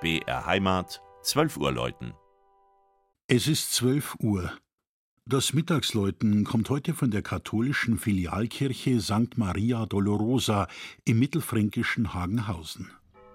BR Heimat, 12 Uhr läuten. Es ist 12 Uhr. Das Mittagsläuten kommt heute von der katholischen Filialkirche St. Maria Dolorosa im mittelfränkischen Hagenhausen.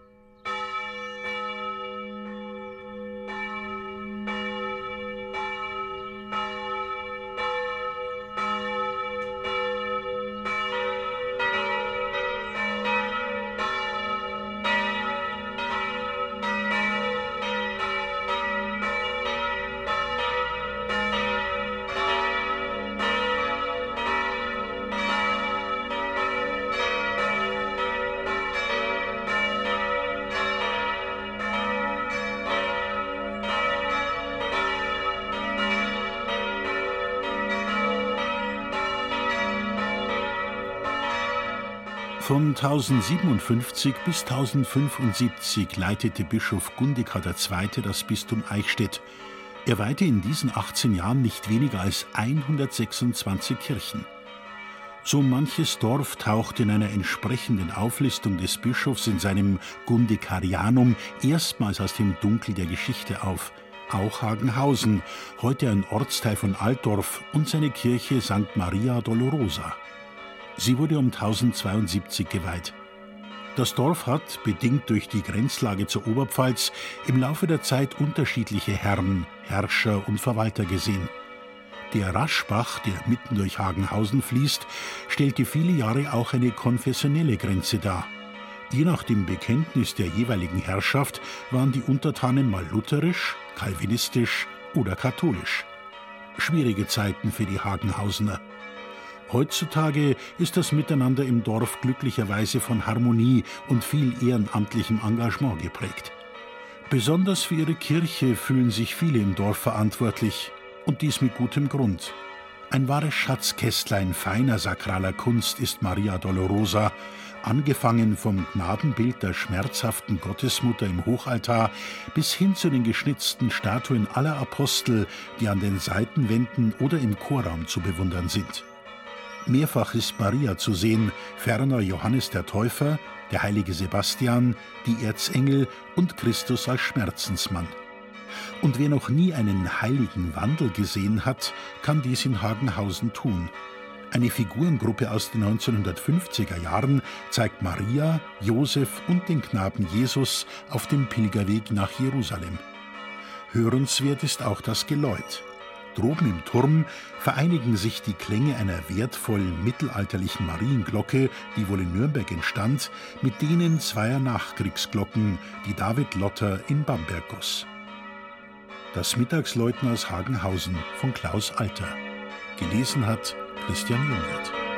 Von 1057 bis 1075 leitete Bischof Gundekar II. Das Bistum Eichstätt. Er weihte in diesen 18 Jahren nicht weniger als 126 Kirchen. So manches Dorf taucht in einer entsprechenden Auflistung des Bischofs in seinem Gundekarianum erstmals aus dem Dunkel der Geschichte auf. Auch Hagenhausen, heute ein Ortsteil von Altdorf, und seine Kirche St. Maria Dolorosa. Sie wurde um 1072 geweiht. Das Dorf hat, bedingt durch die Grenzlage zur Oberpfalz, im Laufe der Zeit unterschiedliche Herren, Herrscher und Verwalter gesehen. Der Raschbach, der mitten durch Hagenhausen fließt, stellte viele Jahre auch eine konfessionelle Grenze dar. Je nach dem Bekenntnis der jeweiligen Herrschaft waren die Untertanen mal lutherisch, kalvinistisch oder katholisch. Schwierige Zeiten für die Hagenhausener. Heutzutage ist das Miteinander im Dorf glücklicherweise von Harmonie und viel ehrenamtlichem Engagement geprägt. Besonders für ihre Kirche fühlen sich viele im Dorf verantwortlich, und dies mit gutem Grund. Ein wahres Schatzkästlein feiner sakraler Kunst ist Maria Dolorosa, angefangen vom Gnadenbild der schmerzhaften Gottesmutter im Hochaltar bis hin zu den geschnitzten Statuen aller Apostel, die an den Seitenwänden oder im Chorraum zu bewundern sind. Mehrfach ist Maria zu sehen, ferner Johannes der Täufer, der heilige Sebastian, die Erzengel und Christus als Schmerzensmann. Und wer noch nie einen heiligen Wandel gesehen hat, kann dies in Hagenhausen tun. Eine Figurengruppe aus den 1950er Jahren zeigt Maria, Josef und den Knaben Jesus auf dem Pilgerweg nach Jerusalem. Hörenswert ist auch das Geläut. Droben im Turm vereinigen sich die Klänge einer wertvollen mittelalterlichen Marienglocke, die wohl in Nürnberg entstand, mit denen zweier Nachkriegsglocken, die David Lotter in Bamberg goss. Das Mittagsläuten aus Hagenhausen von Klaus Alter. Gelesen hat Christian Jungwirth.